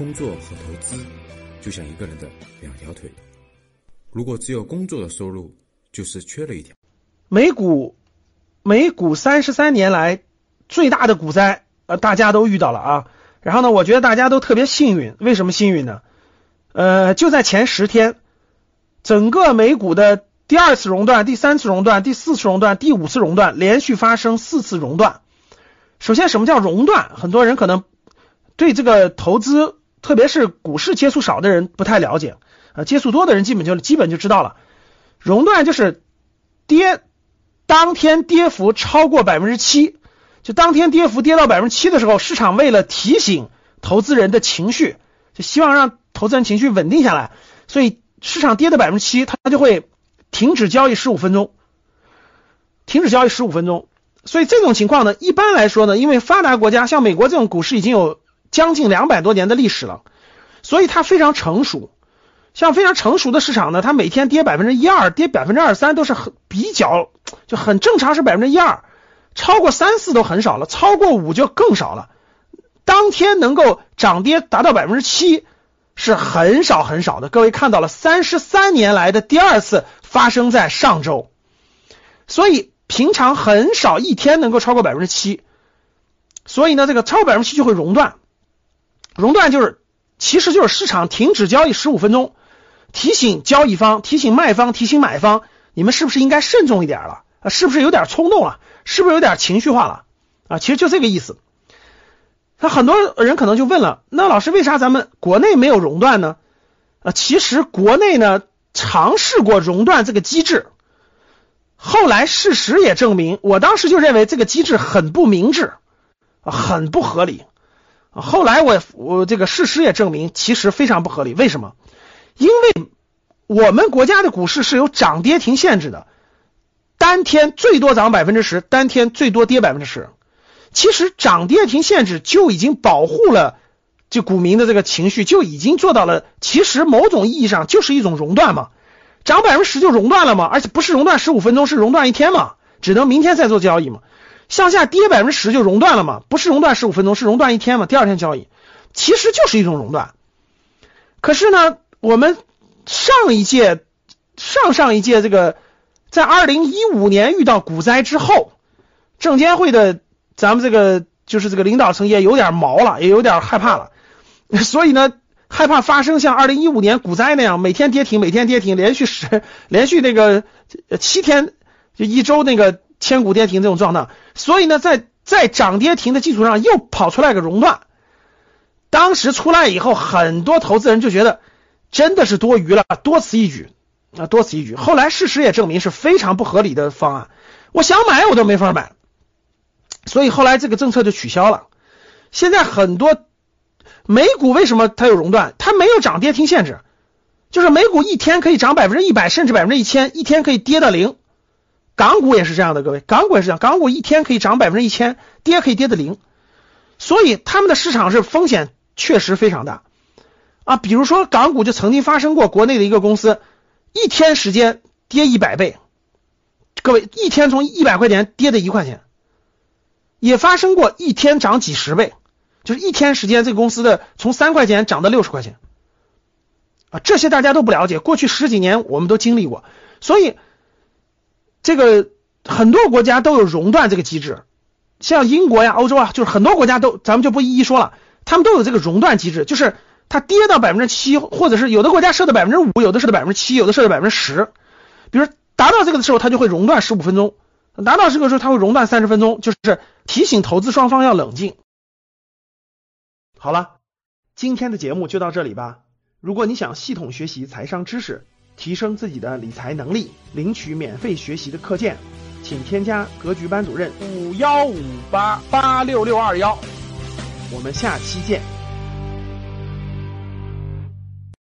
工作和投资就像一个人的两条腿，如果只有工作的收入，就是缺了一条。 美股33年来最大的股灾，大家都遇到了啊。然后呢，我觉得大家都特别幸运。为什么幸运呢？就在前10天，整个美股的第2次熔断、第3次熔断、第4次熔断、第5次熔断，连续发生4次熔断。首先，什么叫熔断？很多人可能对这个投资，特别是股市接触少的人不太了解，接触多的人基本就知道了。熔断就是当天跌幅超过 7%， 就当天跌幅跌到 7% 的时候，市场为了提醒投资人的情绪，就希望让投资人情绪稳定下来，所以市场跌到 7%， 它就会停止交易15分钟。所以这种情况呢，一般来说呢，因为发达国家像美国这种股市已经有将近200多年的历史了，所以它非常成熟。像非常成熟的市场呢，它每天跌 1%-2%， 跌 2%-3% 都是很正常，是 1%-2%， 超过3、4都很少了，超过5就更少了。当天能够涨跌达到 7% 是很少很少的。各位看到了，33年来的第2次发生在上周，所以平常很少一天能够超过 7%， 所以呢，这个超过 7% 就会熔断。熔断其实就是市场停止交易15分钟，提醒交易方、提醒卖方、提醒买方，你们是不是应该慎重一点了？是不是有点冲动了？是不是有点情绪化了？其实就这个意思。那很多人可能就问了，那老师为啥咱们国内没有熔断呢？其实国内呢尝试过熔断这个机制，后来事实也证明，我当时就认为这个机制很不明智，很不合理。后来我这个事实也证明其实非常不合理。为什么？因为我们国家的股市是有涨跌停限制的，单天最多涨 10%， 单天最多跌 10%。其实涨跌停限制就已经保护了就股民的这个情绪，就已经做到了，其实某种意义上就是一种熔断嘛。涨 10% 就熔断了嘛，而且不是熔断15分钟，是熔断1天嘛，只能明天再做交易嘛。向下跌 10% 就熔断了嘛，不是熔断15分钟，是熔断1天嘛，第2天交易，其实就是一种熔断。可是呢，我们上一届这个在2015年遇到股灾之后，证监会的咱们这个就是这个领导层也有点毛了，也有点害怕了，所以呢害怕发生像2015年股灾那样每天跌停，连续那个7天就1周那个千股跌停这种状态，所以呢在涨跌停的基础上又跑出来个熔断。当时出来以后，很多投资人就觉得真的是多余了，多此一举。后来事实也证明是非常不合理的方案，我想买我都没法买，所以后来这个政策就取消了。现在很多美股为什么它有熔断？它没有涨跌停限制，就是美股一天可以涨 100%， 甚至 1000%， 一天可以跌到0。港股也是这样的，各位，港股也是这样，港股一天可以涨 1000%， 跌可以跌到0。所以他们的市场是风险确实非常大比如说港股就曾经发生过国内的一个公司一天时间跌100倍，各位，一天从100块钱跌到1块钱，也发生过一天涨几十倍，就是一天时间这个公司的从3块钱涨到60块钱这些大家都不了解，过去10几年我们都经历过，所以这个很多国家都有熔断这个机制，像英国呀、欧洲就是很多国家都，咱们就不一一说了，他们都有这个熔断机制，就是它跌到 7%， 或者是有的国家设的 5%， 有的设的 7%， 有的设的 10%， 比如达到这个的时候它就会熔断15分钟，达到这个时候它会熔断30分钟，就是提醒投资双方要冷静。好了，今天的节目就到这里吧。如果你想系统学习财商知识，提升自己的理财能力，领取免费学习的课件，请添加格局班主任5158866221，我们下期见。